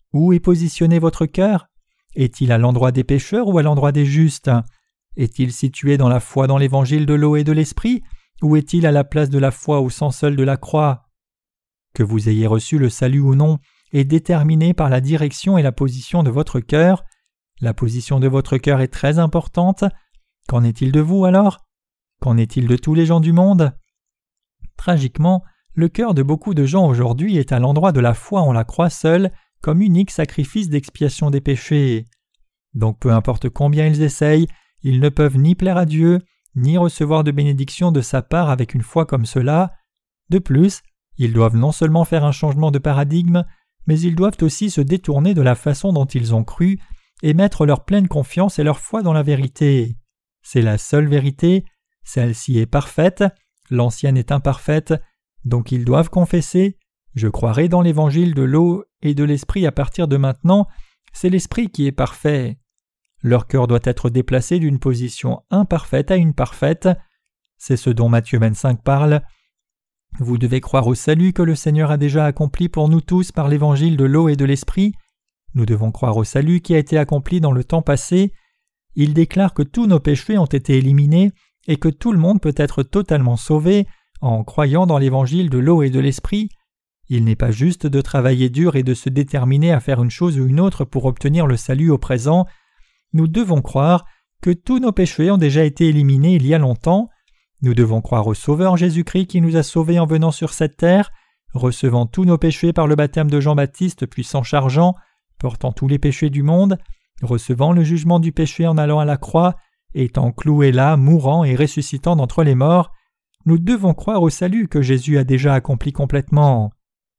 Où est positionné votre cœur? Est-il à l'endroit des pécheurs ou à l'endroit des justes? Est-il situé dans la foi dans l'évangile de l'eau et de l'esprit, ou est-il à la place de la foi au sang seul de la croix? Que vous ayez reçu le salut ou non est déterminé par la direction et la position de votre cœur. La position de votre cœur est très importante. Qu'en est-il de vous alors? Qu'en est-il de tous les gens du monde? Tragiquement, le cœur de beaucoup de gens aujourd'hui est à l'endroit de la foi en la croix seule, comme unique sacrifice d'expiation des péchés. Donc peu importe combien ils essayent, ils ne peuvent ni plaire à Dieu, ni recevoir de bénédiction de sa part avec une foi comme cela. De plus, ils doivent non seulement faire un changement de paradigme, mais ils doivent aussi se détourner de la façon dont ils ont cru et mettre leur pleine confiance et leur foi dans la vérité. C'est la seule vérité, celle-ci est parfaite, l'ancienne est imparfaite, donc ils doivent confesser « Je croirai dans l'évangile de l'eau et de l'esprit à partir de maintenant, c'est l'esprit qui est parfait. » Leur cœur doit être déplacé d'une position imparfaite à une parfaite. C'est ce dont Matthieu 25 parle. Vous devez croire au salut que le Seigneur a déjà accompli pour nous tous par l'évangile de l'eau et de l'esprit. Nous devons croire au salut qui a été accompli dans le temps passé. Il déclare que tous nos péchés ont été éliminés et que tout le monde peut être totalement sauvé en croyant dans l'évangile de l'eau et de l'esprit. Il n'est pas juste de travailler dur et de se déterminer à faire une chose ou une autre pour obtenir le salut au présent. Nous devons croire que tous nos péchés ont déjà été éliminés il y a longtemps. Nous devons croire au Sauveur Jésus-Christ qui nous a sauvés en venant sur cette terre, recevant tous nos péchés par le baptême de Jean-Baptiste puis s'en chargeant, portant tous les péchés du monde, recevant le jugement du péché en allant à la croix, étant cloué là, mourant et ressuscitant d'entre les morts. Nous devons croire au salut que Jésus a déjà accompli complètement.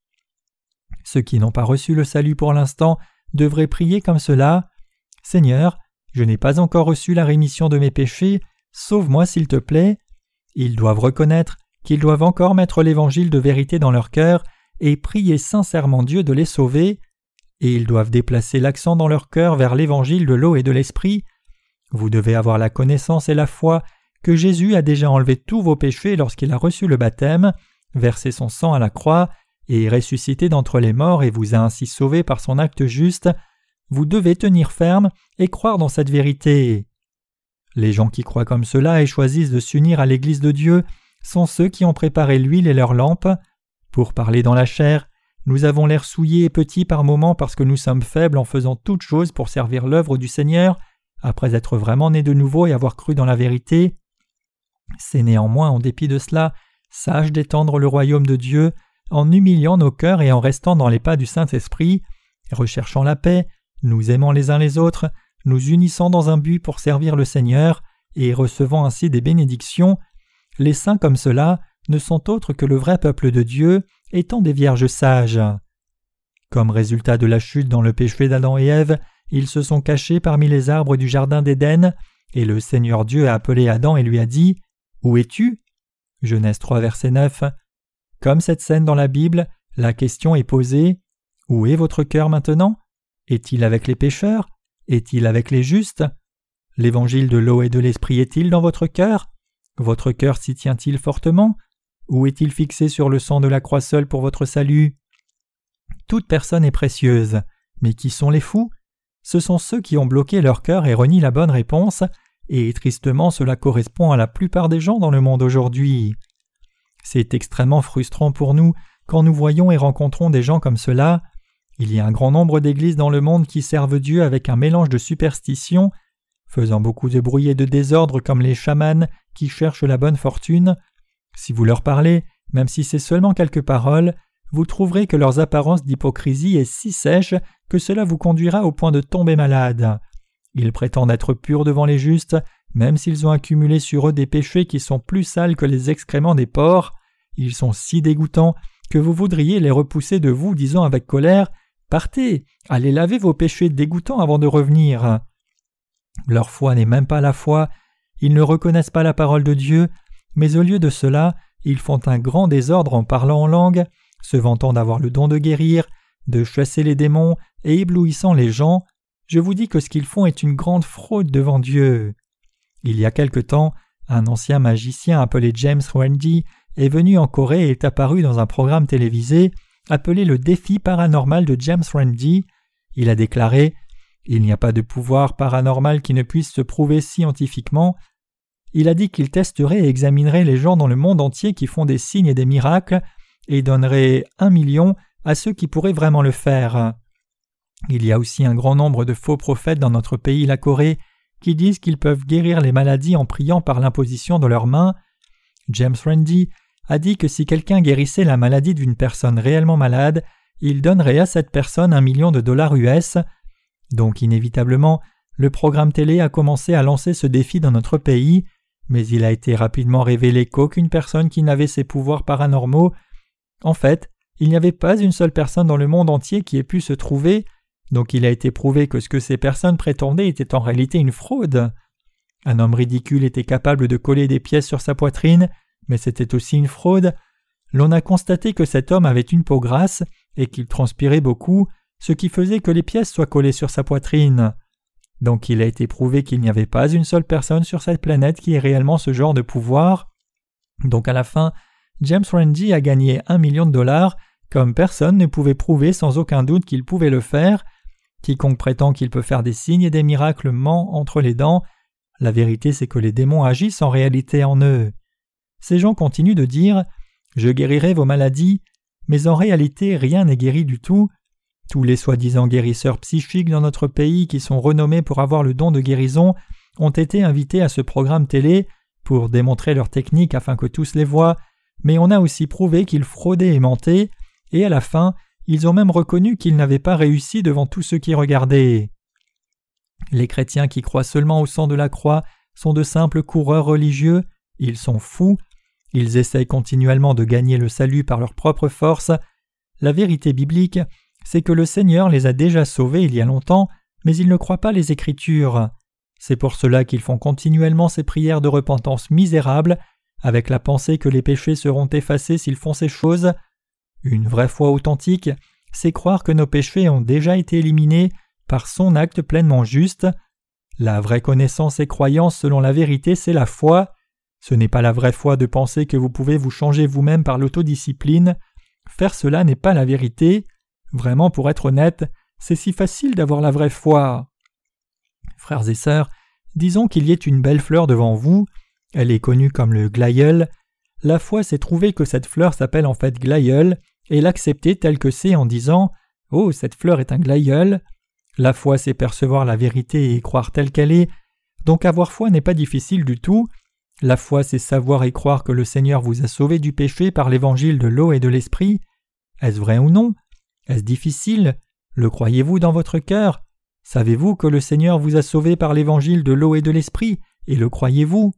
Ceux qui n'ont pas reçu le salut pour l'instant devraient prier comme cela. « Seigneur, je n'ai pas encore reçu la rémission de mes péchés, sauve-moi s'il te plaît. » Ils doivent reconnaître qu'ils doivent encore mettre l'évangile de vérité dans leur cœur et prier sincèrement Dieu de les sauver, et ils doivent déplacer l'accent dans leur cœur vers l'évangile de l'eau et de l'esprit. Vous devez avoir la connaissance et la foi que Jésus a déjà enlevé tous vos péchés lorsqu'il a reçu le baptême, versé son sang à la croix et ressuscité d'entre les morts et vous a ainsi sauvé par son acte juste. Vous devez tenir ferme et croire dans cette vérité. Les gens qui croient comme cela et choisissent de s'unir à l'Église de Dieu sont ceux qui ont préparé l'huile et leurs lampes. Pour parler dans la chair, nous avons l'air souillés et petits par moments parce que nous sommes faibles en faisant toutes choses pour servir l'œuvre du Seigneur, après être vraiment nés de nouveau et avoir cru dans la vérité. C'est néanmoins, en dépit de cela, sage d'étendre le royaume de Dieu en humiliant nos cœurs et en restant dans les pas du Saint-Esprit, recherchant la paix, nous aimant les uns les autres, nous unissant dans un but pour servir le Seigneur et recevant ainsi des bénédictions. Les saints comme cela ne sont autres que le vrai peuple de Dieu, étant des vierges sages. Comme résultat de la chute dans le péché d'Adam et Ève, ils se sont cachés parmi les arbres du jardin d'Éden, et le Seigneur Dieu a appelé Adam et lui a dit « Où es-tu » Genèse 3, verset 9. Comme cette scène dans la Bible, la question est posée « Où est votre cœur maintenant? Est-il avec les pécheurs? Est-il avec les justes? L'évangile de l'eau et de l'esprit est-il dans votre cœur? Votre cœur s'y tient-il fortement? Ou est-il fixé sur le sang de la croix seule pour votre salut? Toute personne est précieuse, mais qui sont les fous? Ce sont ceux qui ont bloqué leur cœur et renient la bonne réponse, et tristement cela correspond à la plupart des gens dans le monde aujourd'hui. C'est extrêmement frustrant pour nous quand nous voyons et rencontrons des gens comme cela. Il y a un grand nombre d'églises dans le monde qui servent Dieu avec un mélange de superstitions, faisant beaucoup de bruit et de désordre comme les chamans qui cherchent la bonne fortune. Si vous leur parlez, même si c'est seulement quelques paroles, vous trouverez que leurs apparences d'hypocrisie est si sèche que cela vous conduira au point de tomber malade. Ils prétendent être purs devant les justes, même s'ils ont accumulé sur eux des péchés qui sont plus sales que les excréments des porcs. Ils sont si dégoûtants que vous voudriez les repousser de vous, disant avec colère « Partez, allez laver vos péchés dégoûtants avant de revenir ». Leur foi n'est même pas la foi, ils ne reconnaissent pas la parole de Dieu, mais au lieu de cela, ils font un grand désordre en parlant en langue, se vantant d'avoir le don de guérir, de chasser les démons et éblouissant les gens. Je vous dis que ce qu'ils font est une grande fraude devant Dieu. Il y a quelque temps, un ancien magicien appelé James Randi est venu en Corée et est apparu dans un programme télévisé appelé le défi paranormal de James Randi. Il a déclaré « Il n'y a pas de pouvoir paranormal qui ne puisse se prouver scientifiquement ». Il a dit qu'il testerait et examinerait les gens dans le monde entier qui font des signes et des miracles et donnerait 1 million à ceux qui pourraient vraiment le faire. Il y a aussi un grand nombre de faux prophètes dans notre pays, la Corée, qui disent qu'ils peuvent guérir les maladies en priant par l'imposition de leurs mains. James Randi a dit que si quelqu'un guérissait la maladie d'une personne réellement malade, il donnerait à cette personne $1 million US. Donc inévitablement, le programme télé a commencé à lancer ce défi dans notre pays, mais il a été rapidement révélé qu'aucune personne qui n'avait ces pouvoirs paranormaux. En fait, il n'y avait pas une seule personne dans le monde entier qui ait pu se trouver, donc il a été prouvé que ce que ces personnes prétendaient était en réalité une fraude. Un homme ridicule était capable de coller des pièces sur sa poitrine, mais c'était aussi une fraude. L'on a constaté que cet homme avait une peau grasse et qu'il transpirait beaucoup, ce qui faisait que les pièces soient collées sur sa poitrine. Donc il a été prouvé qu'il n'y avait pas une seule personne sur cette planète qui ait réellement ce genre de pouvoir. Donc à la fin, James Randi a gagné $1 million, comme personne ne pouvait prouver sans aucun doute qu'il pouvait le faire. Quiconque prétend qu'il peut faire des signes et des miracles ment entre les dents. La vérité, c'est que les démons agissent en réalité en eux. Ces gens continuent de dire « Je guérirai vos maladies », mais en réalité, rien n'est guéri du tout. Tous les soi-disant guérisseurs psychiques dans notre pays qui sont renommés pour avoir le don de guérison ont été invités à ce programme télé pour démontrer leur technique afin que tous les voient, mais on a aussi prouvé qu'ils fraudaient et mentaient, et à la fin, ils ont même reconnu qu'ils n'avaient pas réussi devant tous ceux qui regardaient. Les chrétiens qui croient seulement au sang de la croix sont de simples coureurs religieux, ils sont fous, ils essayent continuellement de gagner le salut par leur propre force. La vérité biblique, c'est que le Seigneur les a déjà sauvés il y a longtemps, mais ils ne croient pas les Écritures. C'est pour cela qu'ils font continuellement ces prières de repentance misérables, avec la pensée que les péchés seront effacés s'ils font ces choses. Une vraie foi authentique, c'est croire que nos péchés ont déjà été éliminés par son acte pleinement juste. La vraie connaissance et croyance selon la vérité, c'est la foi. Ce n'est pas la vraie foi de penser que vous pouvez vous changer vous-même par l'autodiscipline. Faire cela n'est pas la vérité. Vraiment, pour être honnête, c'est si facile d'avoir la vraie foi. Frères et sœurs, disons qu'il y ait une belle fleur devant vous. Elle est connue comme le glaïeul. La foi, c'est trouver que cette fleur s'appelle en fait glaïeul et l'accepter tel que c'est en disant « Oh, cette fleur est un glaïeul ». La foi, c'est percevoir la vérité et y croire telle qu'elle est. Donc avoir foi n'est pas difficile du tout. La foi, c'est savoir et croire que le Seigneur vous a sauvé du péché par l'évangile de l'eau et de l'esprit. Est-ce vrai ou non? Est-ce difficile? Le croyez-vous dans votre cœur? Savez-vous que le Seigneur vous a sauvé par l'évangile de l'eau et de l'esprit, et le croyez-vous?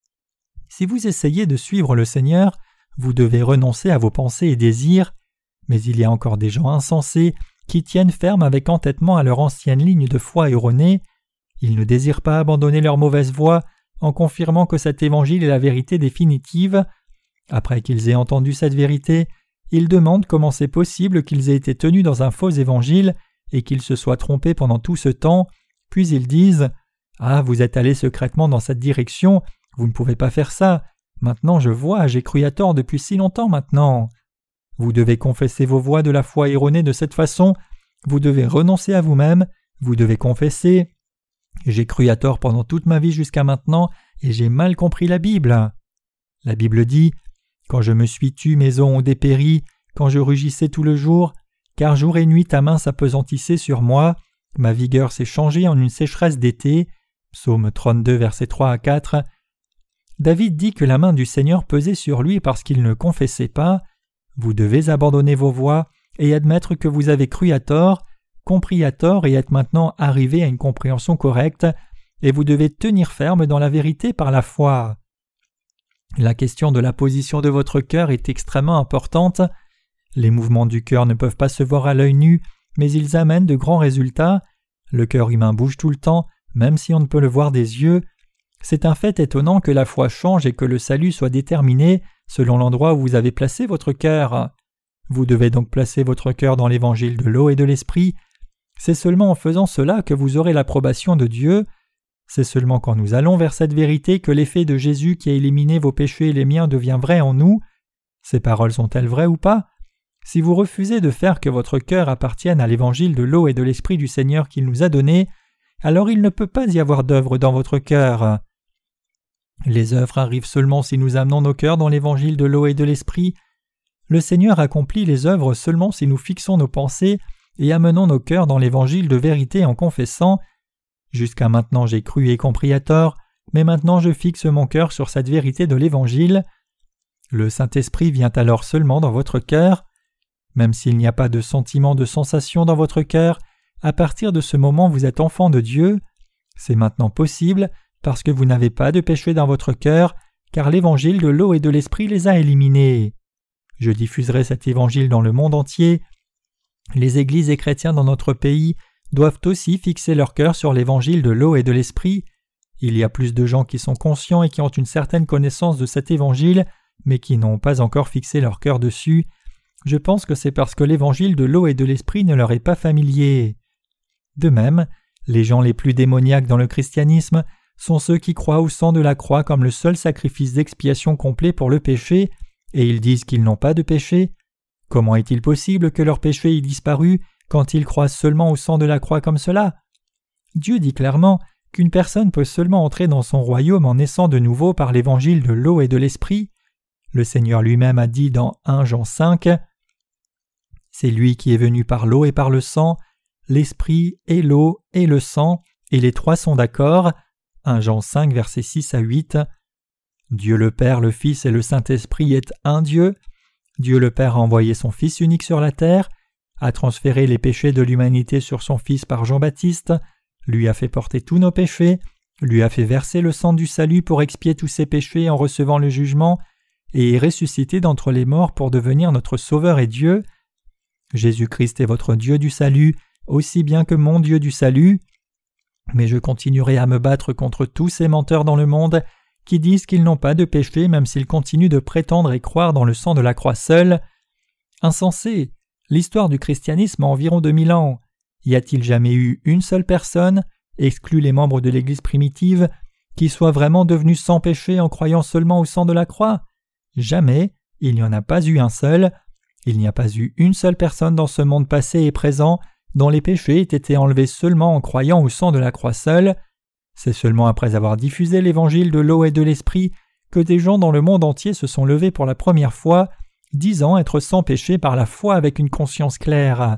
Si vous essayez de suivre le Seigneur, vous devez renoncer à vos pensées et désirs, mais il y a encore des gens insensés qui tiennent ferme avec entêtement à leur ancienne ligne de foi erronée. Ils ne désirent pas abandonner leur mauvaise voie en confirmant que cet évangile est la vérité définitive. Après qu'ils aient entendu cette vérité, ils demandent comment c'est possible qu'ils aient été tenus dans un faux évangile et qu'ils se soient trompés pendant tout ce temps, puis ils disent « Ah, vous êtes allés secrètement dans cette direction, vous ne pouvez pas faire ça, maintenant je vois, j'ai cru à tort depuis si longtemps maintenant. » Vous devez confesser vos voies de la foi erronée de cette façon, vous devez renoncer à vous-même, vous devez confesser « J'ai cru à tort pendant toute ma vie jusqu'à maintenant et j'ai mal compris la Bible. » La Bible dit « Quand je me suis tu, mes os ont dépéri, quand je rugissais tout le jour, car jour et nuit ta main s'appesantissait sur moi, ma vigueur s'est changée en une sécheresse d'été. » Psaume 32, versets 3 à 4. David dit que la main du Seigneur pesait sur lui parce qu'il ne confessait pas. Vous devez abandonner vos voies et admettre que vous avez cru à tort, compris à tort et être maintenant arrivé à une compréhension correcte, et vous devez tenir ferme dans la vérité par la foi. La question de la position de votre cœur est extrêmement importante. Les mouvements du cœur ne peuvent pas se voir à l'œil nu, mais ils amènent de grands résultats. Le cœur humain bouge tout le temps, même si on ne peut le voir des yeux. C'est un fait étonnant que la foi change et que le salut soit déterminé selon l'endroit où vous avez placé votre cœur. Vous devez donc placer votre cœur dans l'évangile de l'eau et de l'esprit. C'est seulement en faisant cela que vous aurez l'approbation de Dieu. C'est seulement quand nous allons vers cette vérité que l'effet de Jésus qui a éliminé vos péchés et les miens devient vrai en nous. Ces paroles sont-elles vraies ou pas? Si vous refusez de faire que votre cœur appartienne à l'évangile de l'eau et de l'esprit du Seigneur qu'il nous a donné, alors il ne peut pas y avoir d'œuvre dans votre cœur. Les œuvres arrivent seulement si nous amenons nos cœurs dans l'évangile de l'eau et de l'esprit. Le Seigneur accomplit les œuvres seulement si nous fixons nos pensées et amenons nos cœurs dans l'évangile de vérité en confessant « Jusqu'à maintenant j'ai cru et compris à tort, mais maintenant je fixe mon cœur sur cette vérité de l'évangile. » Le Saint-Esprit vient alors seulement dans votre cœur. Même s'il n'y a pas de sentiment de sensation dans votre cœur, à partir de ce moment vous êtes enfant de Dieu. C'est maintenant possible parce que vous n'avez pas de péché dans votre cœur, car l'évangile de l'eau et de l'esprit les a éliminés. Je diffuserai cet évangile dans le monde entier. Les églises et chrétiens dans notre pays doivent aussi fixer leur cœur sur l'évangile de l'eau et de l'esprit. Il y a plus de gens qui sont conscients et qui ont une certaine connaissance de cet évangile, mais qui n'ont pas encore fixé leur cœur dessus. Je pense que c'est parce que l'évangile de l'eau et de l'esprit ne leur est pas familier. De même, les gens les plus démoniaques dans le christianisme sont ceux qui croient au sang de la croix comme le seul sacrifice d'expiation complet pour le péché, et ils disent qu'ils n'ont pas de péché. Comment est-il possible que leur péché ait disparu quand ils croient seulement au sang de la croix comme cela? Dieu dit clairement qu'une personne peut seulement entrer dans son royaume en naissant de nouveau par l'évangile de l'eau et de l'esprit. Le Seigneur lui-même a dit dans 1 Jean 5 « C'est lui qui est venu par l'eau et par le sang, l'esprit et l'eau et le sang, et les trois sont d'accord. » 1 Jean 5, versets 6 à 8. Dieu le Père, le Fils et le Saint-Esprit est un Dieu. Dieu le Père a envoyé son Fils unique sur la terre, a transféré les péchés de l'humanité sur son Fils par Jean-Baptiste, lui a fait porter tous nos péchés, lui a fait verser le sang du salut pour expier tous ses péchés en recevant le jugement, et est ressuscité d'entre les morts pour devenir notre Sauveur et Dieu. Jésus-Christ est votre Dieu du salut, aussi bien que mon Dieu du salut. Mais je continuerai à me battre contre tous ces menteurs dans le monde qui disent qu'ils n'ont pas de péché même s'ils continuent de prétendre et croire dans le sang de la croix seul. Insensé! L'histoire du christianisme a environ 2000 ans. Y a-t-il jamais eu une seule personne, exclus les membres de l'Église primitive, qui soit vraiment devenue sans péché en croyant seulement au sang de la croix? Jamais, il n'y en a pas eu un seul. Il n'y a pas eu une seule personne dans ce monde passé et présent dont les péchés aient été enlevés seulement en croyant au sang de la croix seule. C'est seulement après avoir diffusé l'évangile de l'eau et de l'esprit que des gens dans le monde entier se sont levés pour la première fois, disant être sans péché par la foi avec une conscience claire.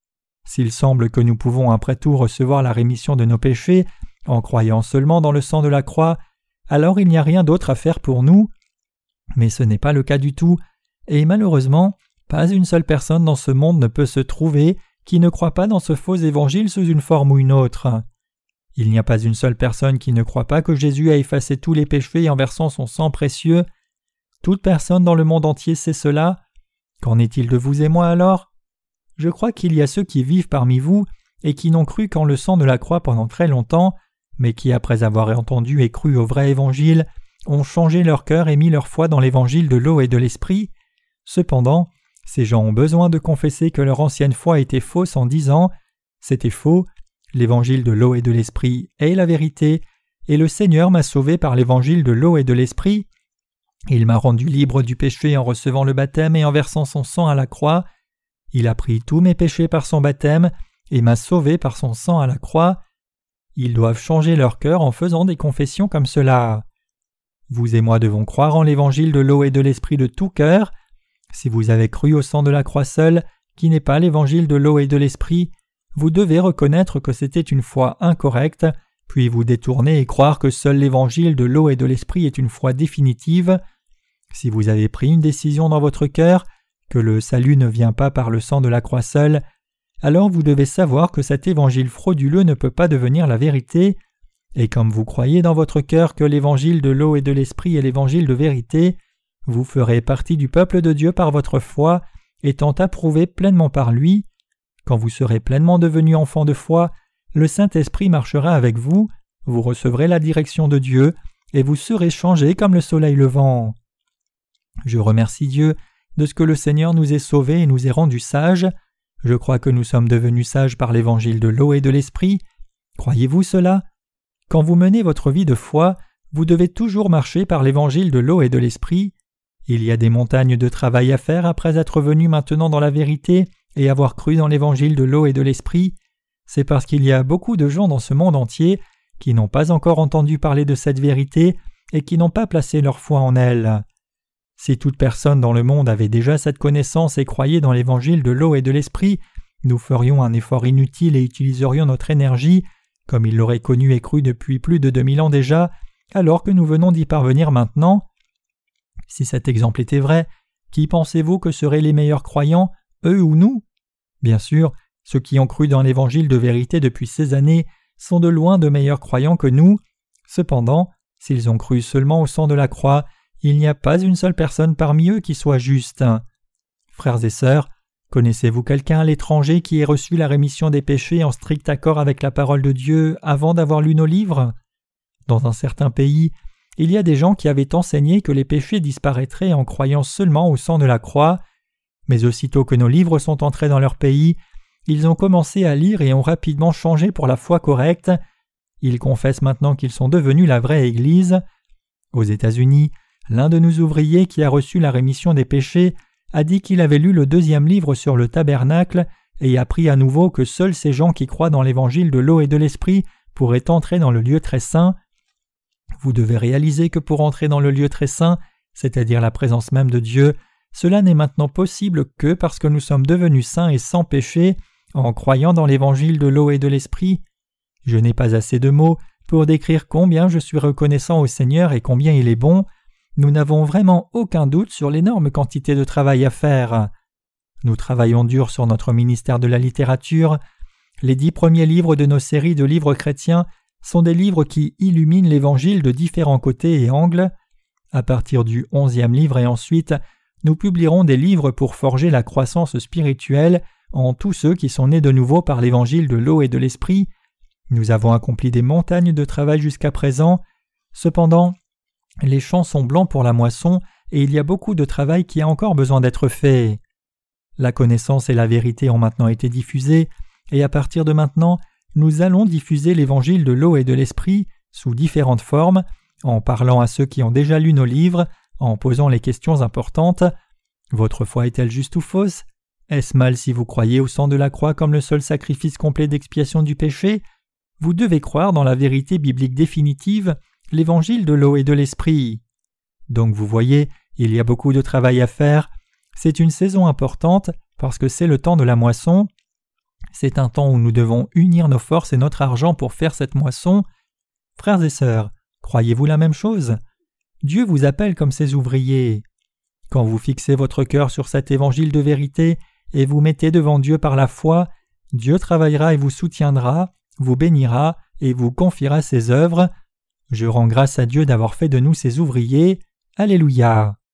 S'il semble que nous pouvons après tout recevoir la rémission de nos péchés en croyant seulement dans le sang de la croix, alors il n'y a rien d'autre à faire pour nous. Mais ce n'est pas le cas du tout, et malheureusement, pas une seule personne dans ce monde ne peut se trouver qui ne croit pas dans ce faux évangile sous une forme ou une autre. Il n'y a pas une seule personne qui ne croit pas que Jésus a effacé tous les péchés en versant son sang précieux. Toute personne dans le monde entier sait cela. Qu'en est-il de vous et moi alors? Je crois qu'il y a ceux qui vivent parmi vous et qui n'ont cru qu'en le sang de la croix pendant très longtemps, mais qui, après avoir entendu et cru au vrai évangile, ont changé leur cœur et mis leur foi dans l'évangile de l'eau et de l'esprit. Cependant, ces gens ont besoin de confesser que leur ancienne foi était fausse en disant « C'était faux, l'évangile de l'eau et de l'esprit est la vérité, et le Seigneur m'a sauvé par l'évangile de l'eau et de l'esprit. Il m'a rendu libre du péché en recevant le baptême et en versant son sang à la croix. Il a pris tous mes péchés par son baptême et m'a sauvé par son sang à la croix. » Ils doivent changer leur cœur en faisant des confessions comme cela. Vous et moi devons croire en l'évangile de l'eau et de l'esprit de tout cœur. Si vous avez cru au sang de la croix seul, qui n'est pas l'évangile de l'eau et de l'esprit, vous devez reconnaître que c'était une foi incorrecte, puis vous détourner et croire que seul l'évangile de l'eau et de l'esprit est une foi définitive. Si vous avez pris une décision dans votre cœur, que le salut ne vient pas par le sang de la croix seul, alors vous devez savoir que cet évangile frauduleux ne peut pas devenir la vérité, et comme vous croyez dans votre cœur que l'évangile de l'eau et de l'esprit est l'évangile de vérité, vous ferez partie du peuple de Dieu par votre foi, étant approuvé pleinement par lui. Quand vous serez pleinement devenu enfant de foi, le Saint-Esprit marchera avec vous, vous recevrez la direction de Dieu, et vous serez changés comme le soleil levant. Je remercie Dieu de ce que le Seigneur nous ait sauvés et nous ait rendus sages. Je crois que nous sommes devenus sages par l'évangile de l'eau et de l'esprit. Croyez-vous cela? Quand vous menez votre vie de foi, vous devez toujours marcher par l'évangile de l'eau et de l'esprit. Il y a des montagnes de travail à faire après être venu maintenant dans la vérité et avoir cru dans l'évangile de l'eau et de l'esprit. C'est parce qu'il y a beaucoup de gens dans ce monde entier qui n'ont pas encore entendu parler de cette vérité et qui n'ont pas placé leur foi en elle. Si toute personne dans le monde avait déjà cette connaissance et croyait dans l'évangile de l'eau et de l'esprit, nous ferions un effort inutile et utiliserions notre énergie, comme ils l'auraient connu et cru depuis plus de 2000 ans déjà, alors que nous venons d'y parvenir maintenant. Si cet exemple était vrai, qui pensez-vous que seraient les meilleurs croyants, eux ou nous? Bien sûr, ceux qui ont cru dans l'évangile de vérité depuis ces années sont de loin de meilleurs croyants que nous. Cependant, s'ils ont cru seulement au sang de la croix, il n'y a pas une seule personne parmi eux qui soit juste. Frères et sœurs, connaissez-vous quelqu'un à l'étranger qui ait reçu la rémission des péchés en strict accord avec la parole de Dieu avant d'avoir lu nos livres? Dans un certain pays, il y a des gens qui avaient enseigné que les péchés disparaîtraient en croyant seulement au sang de la croix, mais aussitôt que nos livres sont entrés dans leur pays, ils ont commencé à lire et ont rapidement changé pour la foi correcte. Ils confessent maintenant qu'ils sont devenus la vraie Église. Aux États-Unis, l'un de nos ouvriers qui a reçu la rémission des péchés a dit qu'il avait lu le 2e livre sur le tabernacle et appris à nouveau que seuls ces gens qui croient dans l'évangile de l'eau et de l'esprit pourraient entrer dans le lieu très saint. Vous devez réaliser que pour entrer dans le lieu très saint, c'est-à-dire la présence même de Dieu, cela n'est maintenant possible que parce que nous sommes devenus saints et sans péché en croyant dans l'évangile de l'eau et de l'esprit. Je n'ai pas assez de mots pour décrire combien je suis reconnaissant au Seigneur et combien il est bon. Nous n'avons vraiment aucun doute sur l'énorme quantité de travail à faire. Nous travaillons dur sur notre ministère de la littérature. Les 10 premiers livres de nos séries de livres chrétiens sont des livres qui illuminent l'Évangile de différents côtés et angles. À partir du 11e livre et ensuite, nous publierons des livres pour forger la croissance spirituelle en tous ceux qui sont nés de nouveau par l'Évangile de l'eau et de l'Esprit. Nous avons accompli des montagnes de travail jusqu'à présent. Cependant, les champs sont blancs pour la moisson et il y a beaucoup de travail qui a encore besoin d'être fait. La connaissance et la vérité ont maintenant été diffusées et à partir de maintenant, nous allons diffuser l'évangile de l'eau et de l'esprit sous différentes formes, en parlant à ceux qui ont déjà lu nos livres, en posant les questions importantes. Votre foi est-elle juste ou fausse? Est-ce mal si vous croyez au sang de la croix comme le seul sacrifice complet d'expiation du péché? Vous devez croire dans la vérité biblique définitive, l'évangile de l'eau et de l'esprit. Donc vous voyez, il y a beaucoup de travail à faire. C'est une saison importante parce que c'est le temps de la moisson. C'est un temps où nous devons unir nos forces et notre argent pour faire cette moisson. Frères et sœurs, croyez-vous la même chose? Dieu vous appelle comme ses ouvriers. Quand vous fixez votre cœur sur cet évangile de vérité et vous mettez devant Dieu par la foi, Dieu travaillera et vous soutiendra, vous bénira et vous confiera ses œuvres. Je rends grâce à Dieu d'avoir fait de nous ses ouvriers. Alléluia.